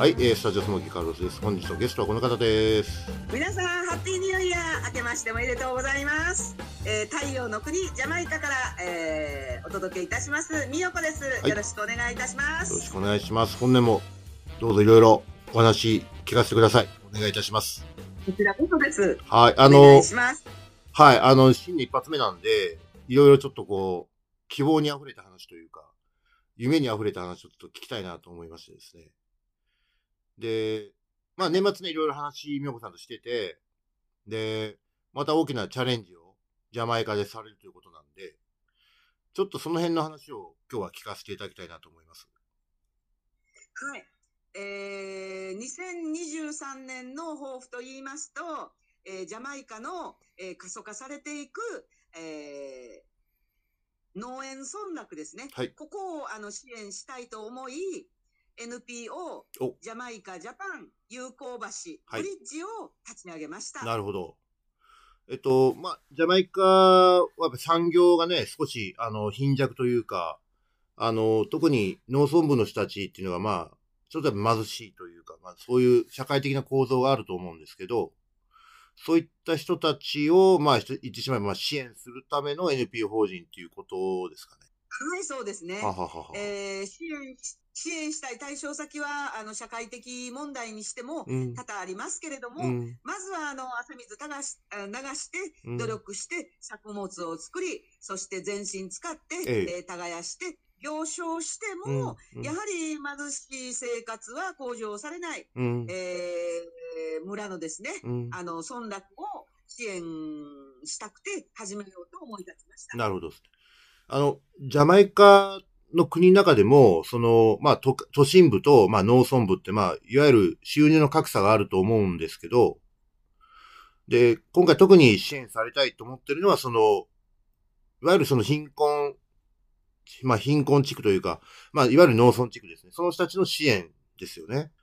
はい、スタジオスモーキーカルロスです。本日のゲストはこの方です。 皆さん、ハッピーニューイヤー明けましておめでとうございます。太陽の国ジャマイカから、お届けいたしますみよこです、はい、よろしくお願いいたします。 よろしくお願いします。本年もどうぞいろいろお話聞かせてください。お願いいたします。 こちらこそです。 はい、 お願いします。 はい、新年一発目なんで、いろいろちょっとこう、希望にあふれた話というか、夢にあふれた話をちょっと聞きたいなと思いましてですね。で、まあ年末ね、いろいろ話、みよこさんとしてて、で、また大きなチャレンジをジャマイカでされるということなんで、ちょっとその辺の話を今日は聞かせていただきたいなと思います。 はい。2023年の抱負と言いますと、ジャマイカの、過疎化されていく、農園村落ですね。はい、ここを支援したいと思い、NPO ジャマイカジャパン友好橋ブリッジを立ち上げました。 なるほど。まあ、ジャマイカはやっぱ産業がね、少し、貧弱というか、特に農村部の人たちっていうのが、まあ、ちょっと貧しいというか、まあ、そういう社会的な構造があると思うんですけど、そういった人たちを、まあ、言ってしまえば、まあ、支援するための NPO 法人っていうことですかね。 はい、そうですね。支援したい対象先は、社会的問題にしても多々ありますけれども、まずは、汗水流して、努力して、作物を作り、そして全身使って、耕して、行商しても、やはり貧しい生活は向上されない、村のですね、村落を支援したくて始めようと思い立ちました。 なるほど。ジャマイカの国の中でも、まあ、都心部と、まあ、農村部って、まあ、いわゆる収入の格差があると思うんですけど、で、今回特に支援されたいと思ってるのは、いわゆる貧困地区というか、まあ、いわゆる農村地区ですね。その人たちの支援ですよね。 はい、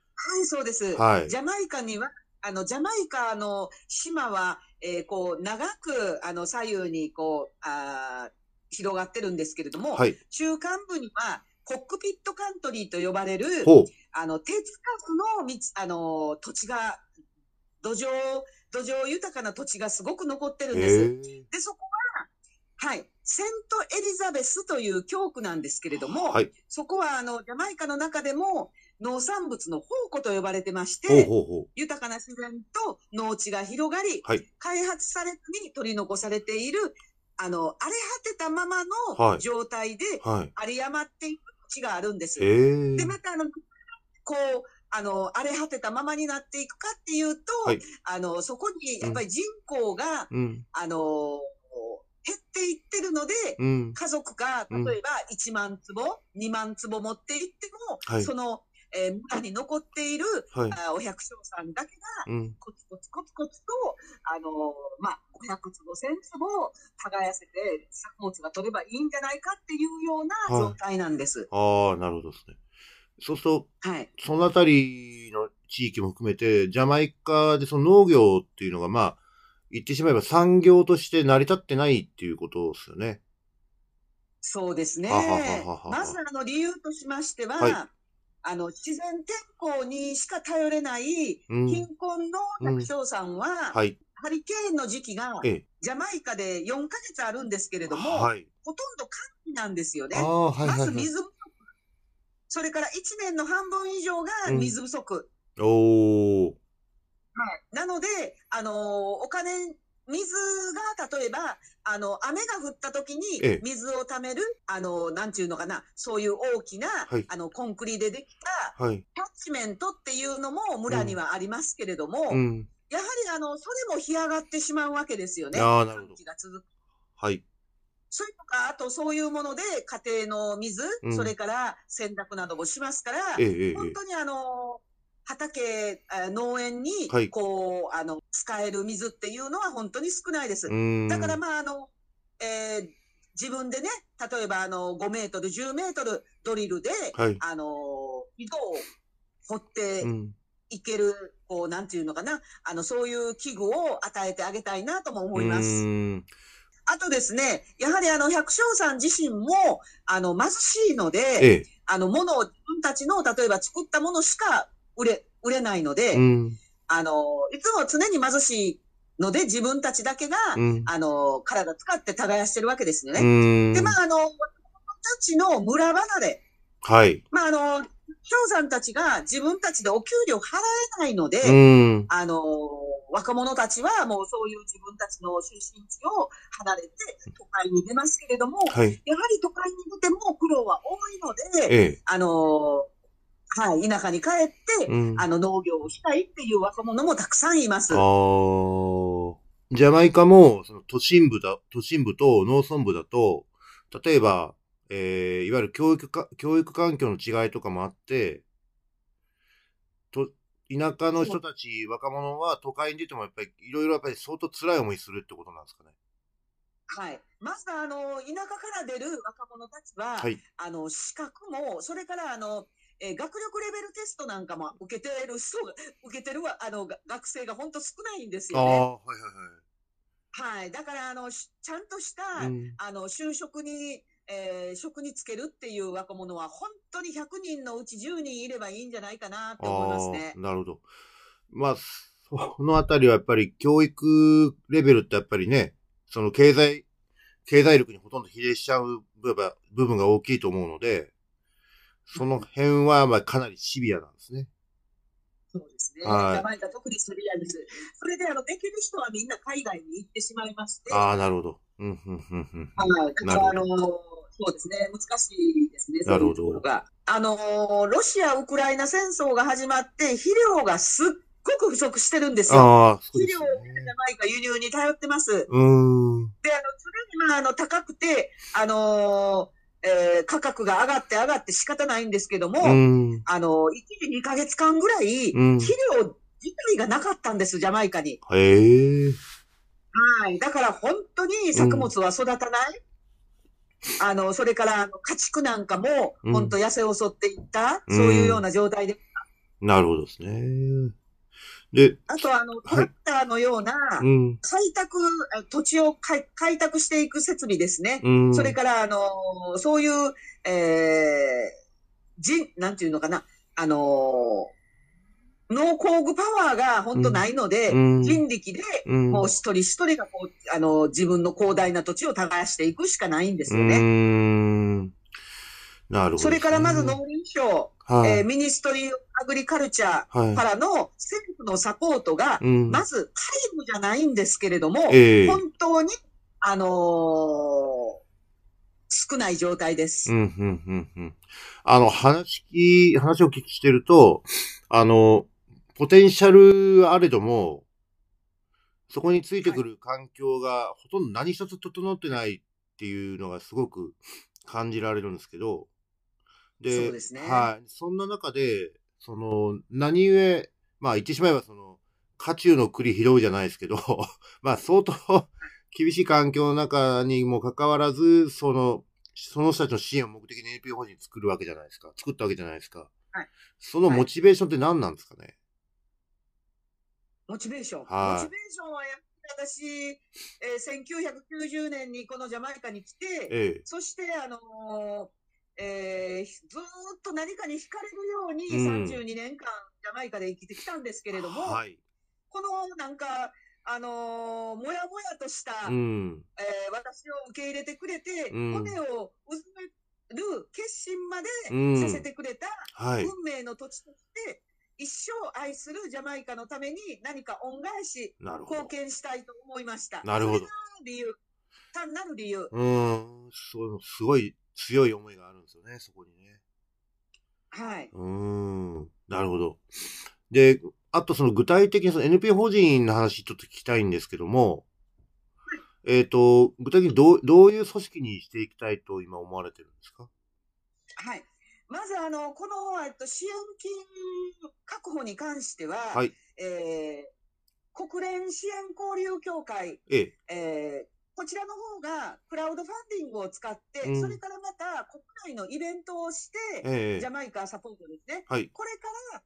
そうです。はい。ジャマイカには、ジャマイカの島は、こう、長く、左右に、こう、広がってるんですけれども、はい、中間部には、コックピットカントリーと呼ばれる、手つかずの土地が、土壌豊かな土地がすごく残ってるんです。で、そこは、はい、セントエリザベスという教区なんですけれども、はい、そこは、ジャマイカの中でも、農産物の宝庫と呼ばれてまして、豊かな自然と農地が広がり、はい、開発されずに取り残されている、荒れ果てたままの状態で、荒れ余っていく土地があるんです。で、また、こう、荒れ果てたままになっていくかっていうと、はい、そこにやっぱり人口が、減っていってるので、家族が例えば1万坪、2万坪持っていっても、はい、その、村に残っている、はい、お百姓さんだけが、コツコツコツコツと、まあ、500坪、1000坪を耕せて、作物が取ればいいんじゃないかっていうような状態なんです。 はい、ああ、なるほどですね。そうすると、はい、そのあたりの地域も含めて、ジャマイカでその農業っていうのが、まあ、言ってしまえば産業として成り立ってないっていうことですよね。 そうですね。まず理由としましては、はい、自然天候にしか頼れない貧困の百姓さんは、はい、ハリケーンの時期が、ジャマイカで4ヶ月あるんですけれども、はい、ほとんど乾季なんですよね。まず水不足。それから1年の半分以上が水不足。はい。なので、水が、例えば、雨が降った時に水を貯める、なんちゅうのかな、そういう大きな、はい、コンクリでできた、キャッチメントっていうのも村にはありますけれども、やはり、それも干上がってしまうわけですよね。寒気が続く。はい。それとか、あとそういうもので家庭の水、それから洗濯などもしますから、本当に畑、農園に、こう、使える水っていうのは本当に少ないです。だからまあ、自分でね、例えば5メートル、10メートルドリルで、はい、井戸を掘っていける、こう、なんていうのかな、そういう器具を与えてあげたいなとも思います。あとですね、やはり百姓さん自身も、貧しいので、物を自分たちの、例えば作ったものしか売れないので、いつも常に貧しいので、自分たちだけが、体使って耕してるわけですよね。で、まあ、子たちの村離れ。 はい。 まあ、翔さんたちが自分たちでお給料払えないので、若者たちはもうそういう自分たちの出身地を離れて都会に出ますけれども、やはり都会に出ても苦労は多いので、はい、田舎に帰って、農業をしたいっていう若者もたくさんいます。 ジャマイカも、その都心部と農村部だと、例えば、いわゆる教育環境の違いとかもあって、田舎の人たち、若者は都会に出てもやっぱりいろいろ相当辛い思いするってことなんですかね。 はい。まず田舎から出る若者たちは、はい、資格も、それから学力レベルテストなんかも受けてる学生が本当少ないんですよね。 はいはいはい。 はい。だから、ちゃんとした、就職に、職につけるっていう若者は、本当に100人のうち10人いればいいんじゃないかなって思いますね。 なるほど。まあ、そのあたりはやっぱり教育レベルってやっぱりね、その経済力にほとんど比例しちゃう部分が大きいと思うので、その辺はまあかなりシビアなんですね。 そうですね。ジャマイカ特にシビアです。それでできる人はみんな海外に行ってしまいまして。 なるほど。 だからそうですね。難しいですね。そういうところが。ロシア・ウクライナ戦争が始まって、肥料がすっごく不足してるんですよ。肥料をジャマイカ輸入に頼ってます。で、常に高くて、価格が上がって仕方ないんですけども、1時2ヶ月間ぐらい、肥料自体がなかったんです、ジャマイカに。はい。だから本当に作物は育たない。それから家畜なんかも、本当痩せ襲っていった、そういうような状態で。 なるほどですね。で、 あとトラクターのような、土地を開拓していく設備ですね。それから、そういう、なんていうのかな、農工具パワーが本当ないので、人力で、もう一人一人が自分の広大な土地を耕していくしかないんですよね。 なるほど、ね。 それからまず農林省、ミニストリー・アグリカルチャーからの政府のサポートが、まず皆無じゃないんですけれども、本当に、少ない状態です。 話を聞きしてると、ポテンシャルあれども、そこについてくる環境がほとんど何一つ整ってないっていうのがすごく感じられるんですけど、 で、そうですね。 そんな中で、何故、まあ言ってしまえば家中の栗拾うじゃないですけど、まあ相当厳しい環境の中にもかかわらず、その人たちの支援を目的に NPO 法人作ったわけじゃないですか。そのモチベーションって何なんですかね。 モチベーションはやっぱり私、1990年にこのジャマイカに来て、そしてずっと何かに惹かれるように32年間ジャマイカで生きてきたんですけれども、このなんか、もやもやとした、私を受け入れてくれて、骨をうずめる決心までさせてくれた運命の土地として、一生愛するジャマイカのために何か恩返し、貢献したいと思いました。 なるほど。 それが理由。単なる理由。 すごい強い思いがあるんですよね、そこにね。 はい。 なるほど。で、あと具体的にNPO 法人の話ちょっと聞きたいんですけども、具体的にどういう組織にしていきたいと今思われてるんですか？ はい。まず、この、支援金確保に関しては、国連支援交流協会、こちらの方がクラウドファンディングを使って、それからまた国内のイベントをして、ジャマイカサポートですね。これから、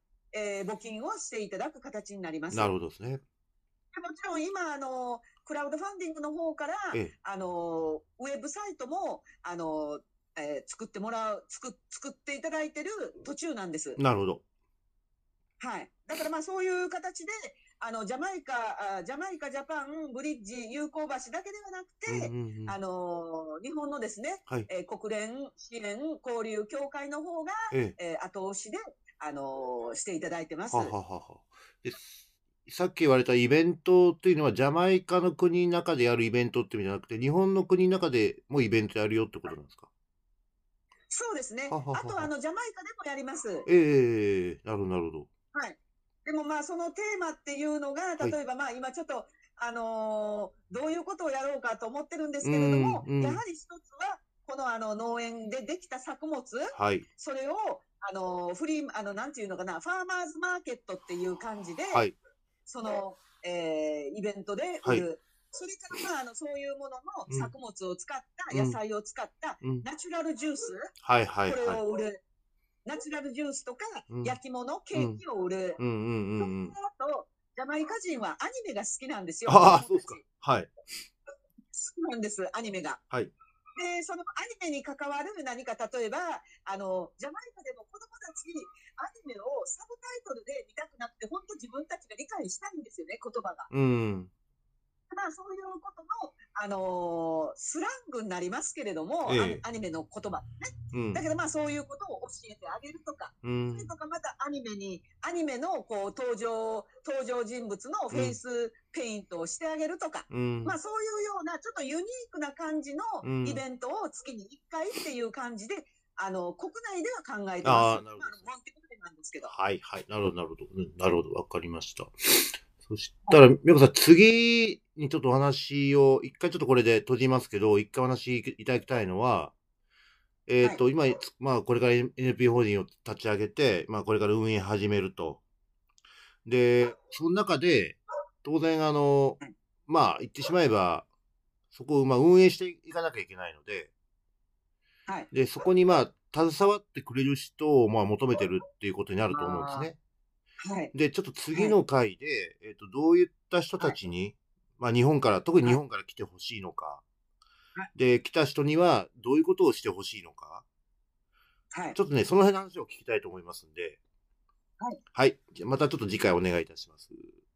募金をしていただく形になります。 なるほどですね。 もちろん今、クラウドファンディングの方から、ウェブサイトも、作っていただいてる途中なんです。 なるほど。 はい。だからまあそういう形で、ジャマイカ、ジャパン、ブリッジ、友好橋だけではなくて、日本のですね、はい国連支援交流協会の方が、後押しで、していただいてます。 はははは。で、さっき言われたイベントっていうのは、ジャマイカの国の中でやるイベントって意味じゃなくて、日本の国の中でもイベントやるよってことなんですか？ そうですね。あと、ジャマイカでもやります。 なるほど、なるほど。 はい。でもまあ、そのテーマっていうのが、例えばまあ、今ちょっと、どういうことをやろうかと思ってるんですけれども、やはり一つは、この農園でできた作物、はい、それを、なんていうのかな、ファーマーズマーケットっていう感じで、はい、その、イベントで売る。はい、それからまあ、そういうものの作物を使った、野菜を使ったナチュラルジュース、はいはいはい、これを売る。ナチュラルジュースとか、焼き物、ケーキを売る。あと、ジャマイカ人はアニメが好きなんですよ。 ああ、そうですか。はい。好きなんです、アニメが。はい。で、そのアニメに関わる何か、例えば、ジャマイカでも子供たち、アニメをサブタイトルで見たくなくて、本当自分たちが理解したいんですよね、言葉が。うん。まあ、そういうことの、スラングになりますけれども、アニメの言葉ね。だけど、まあ、そういうことを教えてあげるとか、それとか、またアニメの、こう、登場人物のフェイスペイントをしてあげるとか、まあ、そういうような、ちょっとユニークな感じのイベントを月に1回っていう感じで、国内では考えてます。なるほど。モンテクレなんですけど。 はいはい。なるほど、なるほど。なるほど、わかりました。そしたら、みこさん、次にちょっとお話を、一回ちょっとこれで閉じますけど、一回お話いただきたいのは、今、まあ、これから NPO 法人を立ち上げて、まあ、これから運営始めると。で、その中で、当然、まあ、言ってしまえば、そこを、まあ、運営していかなきゃいけないので、はい。で、そこに、まあ、携わってくれる人を、まあ、求めてるっていうことになると思うんですね。はい。で、ちょっと次の回で、どういった人たちに、まあ日本から、特に日本から来てほしいのか、で、来た人にはどういうことをしてほしいのか、はい。ちょっとね、その辺の話を聞きたいと思いますんで、はい。はい。じゃあまたちょっと次回お願いいたします。